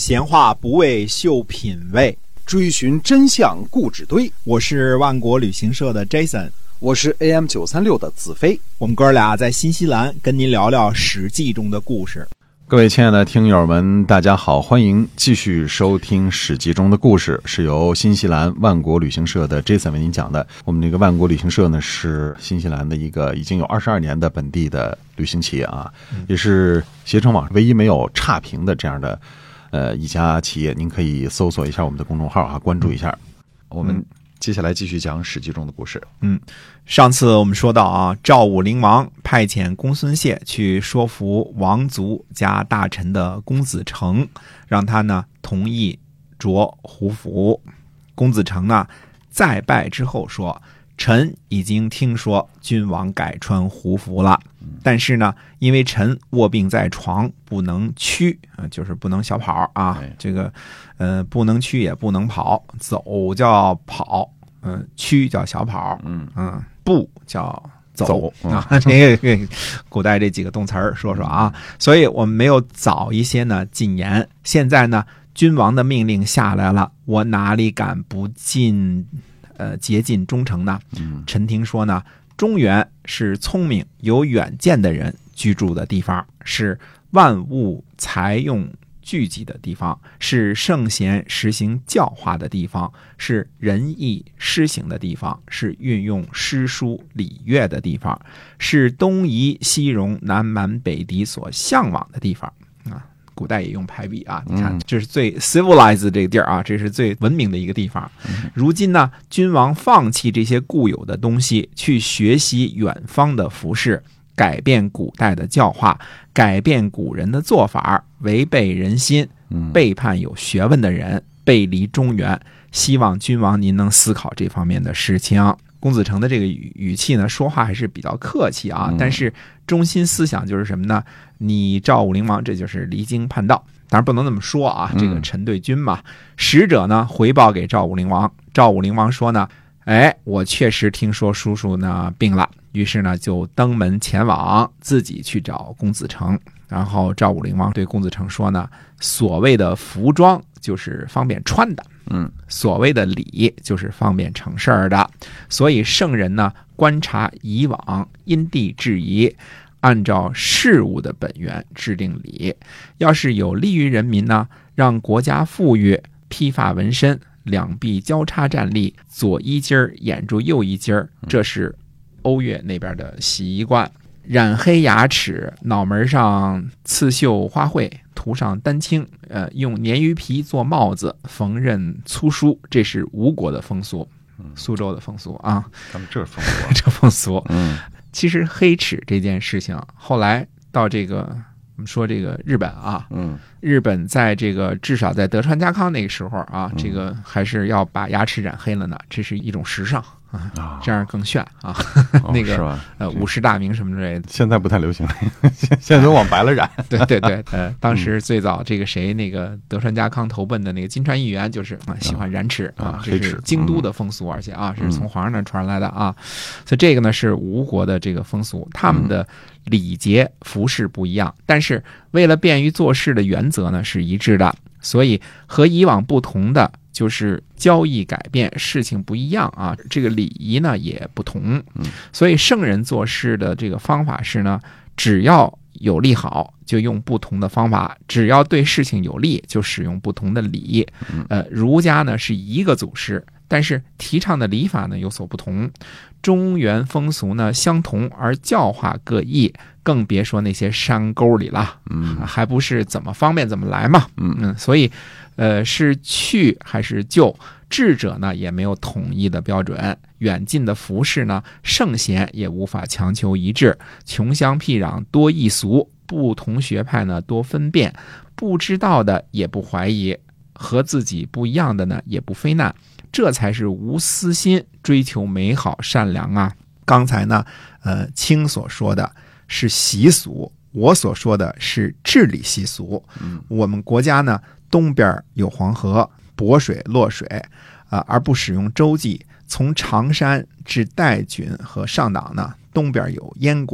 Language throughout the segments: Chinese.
闲话不为秀品味， 追寻真相故纸堆。 我是万国旅行社的 Jason， 我是 AM936 的子飞。 我们哥俩在新西兰跟您聊聊史记中的故事。 各位亲爱的听友们，大家好，欢迎继续收听史记中的故事，是由新西兰万国旅行社的 Jason 为您讲的。我们这个万国旅行社呢，是新西兰的一个已经有22年的本地的旅行企业啊，也是携程网唯一没有差评的这样的一家企业。您可以搜索一下我们的公众号啊，关注一下。我们接下来继续讲史记中的故事。 上次我们说到啊，赵武灵王派遣公孙燮去说服王族加大臣的公子成，让他呢同意着胡服。公子成呢再拜之后说，臣已经听说君王改穿胡服了，但是呢因为臣卧病在床，不能驱，就是不能小跑啊，这个不能驱也不能跑，走叫跑，驱叫小跑，步叫走啊。这个古代这几个动词儿说说啊，所以我们没有早一些呢进言。现在呢君王的命令下来了，我哪里敢不竭尽忠诚呢？臣听说呢，中原是聪明有远见的人居住的地方，是万物财用聚集的地方，是圣贤实行教化的地方，是仁义施行的地方，是运用诗书礼乐的地方，是东夷西戎南蛮北狄所向往的地方啊。古代也用排比啊，你看这是最 civilized 这个地儿啊，这是最文明的一个地方。如今呢，君王放弃这些固有的东西，去学习远方的服饰，改变古代的教化，改变古人的做法，违背人心，背叛有学问的人，背离中原。希望君王您能思考这方面的事情。公子成的这个语气呢，说话还是比较客气啊，但是中心思想就是什么呢？你赵武灵王这就是离经叛道，当然不能这么说啊，这个臣对君嘛。使者呢回报给赵武灵王，赵武灵王说呢，我确实听说叔叔呢病了，于是呢就登门前往，自己去找公子成。然后赵武灵王对公子成说呢，所谓的服装就是方便穿的，所谓的礼就是方便成事儿的。所以圣人呢观察以往，因地制宜，按照事物的本源制定礼。要是有利于人民呢，让国家富裕，披发纹身，两臂交叉站立，左一襟儿掩住右一襟儿，这是欧越那边的习惯。染黑牙齿，脑门上刺绣花卉，涂上丹青，用鲶鱼皮做帽子，缝纫粗书，这是吴国的风俗，苏州的风俗啊。 他们这风俗， 这风俗。其实黑齿这件事情，后来到这个我们说这个日本啊，日本在这个至少在德川家康那个时候啊，这个还是要把牙齿染黑了呢，这是一种时尚。这样更炫啊！那个武士大名什么之类的， 现在不太流行了，现在都往白了染。 对，当时最早这个谁，那个德川家康投奔的那个金川议员，就是喜欢染齿啊，这是京都的风俗，而且啊是从皇上那传来的啊。所以这个呢是吴国的这个风俗，他们的礼节服饰不一样，但是为了便于做事的原则呢是一致的，所以和以往不同的就是交易改变，事情不一样啊，这个礼仪呢也不同。所以圣人做事的这个方法是呢，只要有利好就用不同的方法，只要对事情有利就使用不同的礼。儒家呢是一个祖师，但是提倡的礼法呢有所不同。中原风俗呢相同，而教化各异，更别说那些山沟里了，还不是怎么方便怎么来嘛。所以是去还是就，智者呢也没有统一的标准，远近的服饰呢圣贤也无法强求一致，穷乡僻壤多异俗，不同学派呢多分辨，不知道的也不怀疑，和自己不一样的呢也不非难，这才是无私心，追求美好善良啊。刚才呢卿所说的是习俗，我所说的是治理习俗。我们国家呢东边有黄河，渤水洛水而不使用洲际，从常山至代郡和上党呢，东边有燕国，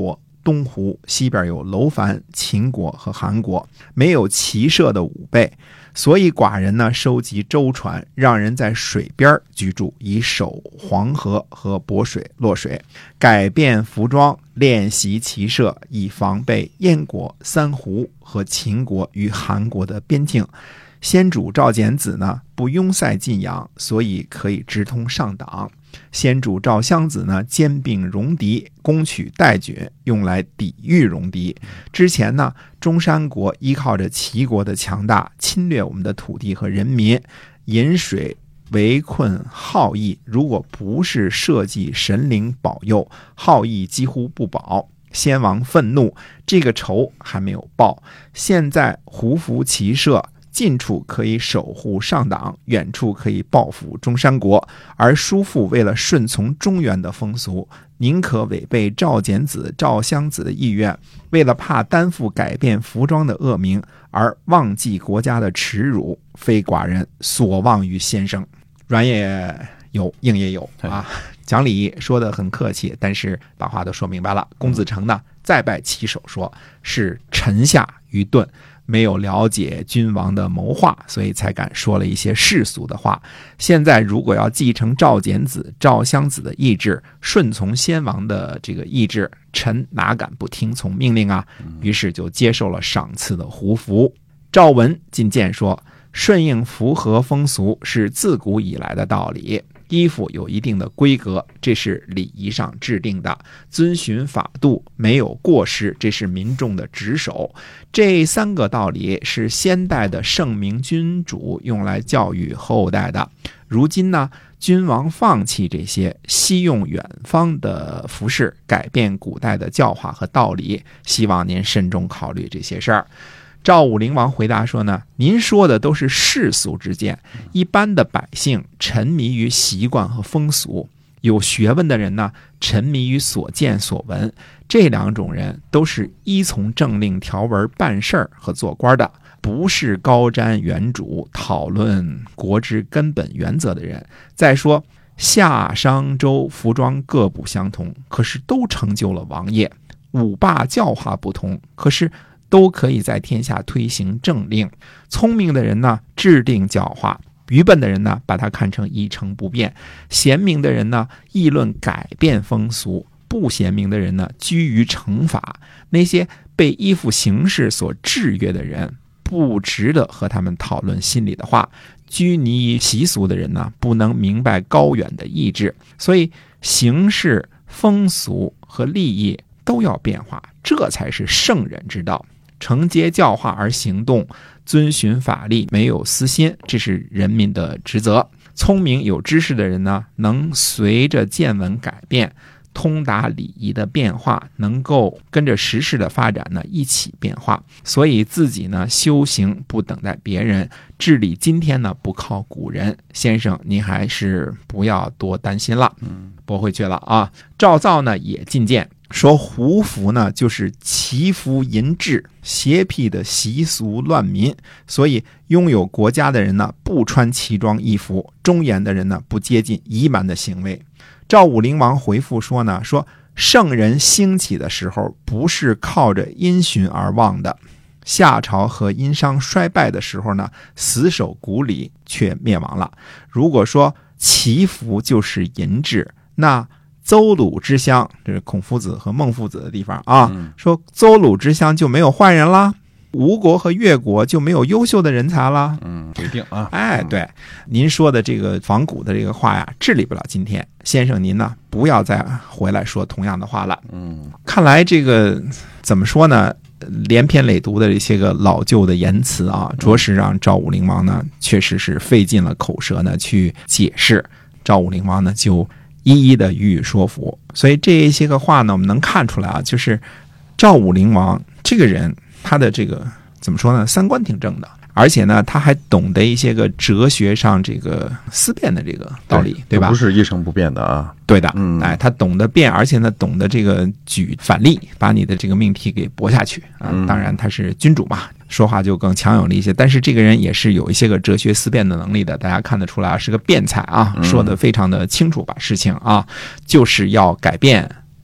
东湖，西边有楼烦、秦国和韩国，没有骑射的武备，所以寡人呢收集舟船，让人在水边居住，以守黄河和渤水、洛水，改变服装，练习骑射，以防备燕国、三胡和秦国与韩国的边境。先主赵简子呢不拥塞晋阳，所以可以直通上党。先主赵襄子呢兼并戎狄，攻取代郡，用来抵御戎狄。之前呢中山国依靠着齐国的强大，侵略我们的土地和人民，引水围困好义，如果不是社稷神灵保佑，好义几乎不保。先王愤怒，这个仇还没有报，现在胡服骑射，近处可以守护上党，远处可以报复中山国，而叔父为了顺从中原的风俗，宁可违背赵简子、赵襄子的意愿，为了怕担负改变服装的恶名，而忘记国家的耻辱，非寡人所望于先生。软也有，硬也有啊。讲理说得很客气，但是把话都说明白了。公子成呢再拜其手，说是臣下愚钝，没有了解君王的谋划，所以才敢说了一些世俗的话。现在如果要继承赵简子、赵襄子的意志，顺从先王的这个意志，臣哪敢不听从命令啊？于是就接受了赏赐的胡服。赵文进谏说，顺应符合风俗是自古以来的道理，衣服有一定的规格，这是礼仪上制定的，遵循法度，没有过失，这是民众的职守。这三个道理是先代的圣明君主用来教育后代的。如今呢，君王放弃这些，西用远方的服饰，改变古代的教化和道理，希望您慎重考虑这些事儿。赵武灵王回答说呢，您说的都是世俗之见，一般的百姓沉迷于习惯和风俗，有学问的人呢沉迷于所见所闻，这两种人都是依从政令条文办事儿和做官的，不是高瞻远瞩讨论国之根本原则的人。再说夏商周服装各不相同，可是都成就了王业；五霸教化不同，可是都可以在天下推行政令。聪明的人呢制定教化，愚笨的人呢把它看成一成不变，贤明的人呢议论改变风俗，不贤明的人呢居于惩罚。那些被依附形式所制约的人，不值得和他们讨论心里的话。拘泥于习俗的人呢不能明白高远的意志。所以形式、风俗和利益都要变化，这才是圣人之道。承接教化而行动，遵循法律，没有私心，这是人民的职责。聪明有知识的人呢，能随着见闻改变，通达礼仪的变化，能够跟着时事的发展呢一起变化。所以自己呢修行不等待别人，治理今天呢不靠古人。先生您还是不要多担心了。驳回去了啊。赵造呢也进谏说，胡服呢就是祈福淫志、邪僻的习俗乱民，所以拥有国家的人呢不穿奇装异服，忠言的人呢不接近夷蛮的行为。赵武灵王回复说呢，说圣人兴起的时候不是靠着因循而旺的，夏朝和殷商衰败的时候呢，死守古礼却灭亡了。如果说祈福就是淫志，那邹鲁之乡，这是孔夫子和孟夫子的地方啊，说邹鲁之乡就没有坏人啦，吴国和越国就没有优秀的人才啦。 不一定啊。 哎，对，您说的这个仿古的这个话呀，治理不了今天。先生您呢，不要再回来说同样的话了。看来这个怎么说呢？连篇累牍的这些个老旧的言辞啊，着实让赵武灵王呢，确实是费尽了口舌呢去解释。赵武灵王呢，就一一的予以说服。所以这些个话呢，我们能看出来啊，就是赵武灵王这个人，他的这个怎么说呢，三观挺正的，而且呢他还懂得一些个哲学上这个思辨的这个道理， 对吧？ 不是一成不变的啊。 对的，他懂得变，而且呢懂得这个举反例，把你的这个命题给驳下去啊。当然他是君主嘛，说话就更强有力一些，但是这个人也是有一些个哲学思辨的能力的，大家看得出来是个辩才啊，说得非常的清楚，把事情啊就是要改变，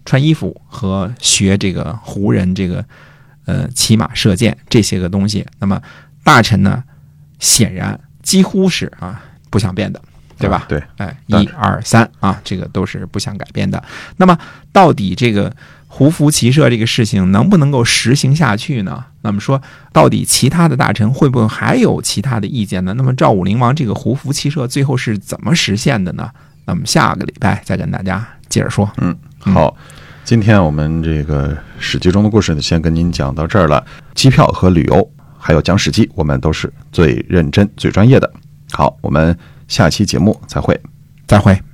穿衣服和学这个胡人这个骑马射箭这些个东西，那么大臣呢显然几乎是不想变的，对吧？ 对， 哎，1、2、3啊，这个都是不想改变的。那么到底这个胡服骑射这个事情能不能够实行下去呢？那么说到底其他的大臣会不会还有其他的意见呢？那么赵武灵王这个胡服骑射最后是怎么实现的呢？那么下个礼拜再跟大家接着说。 好，今天我们这个史记中的故事呢，先跟您讲到这儿了。机票和旅游还有讲史记，我们都是最认真最专业的。好，我们下期节目再会。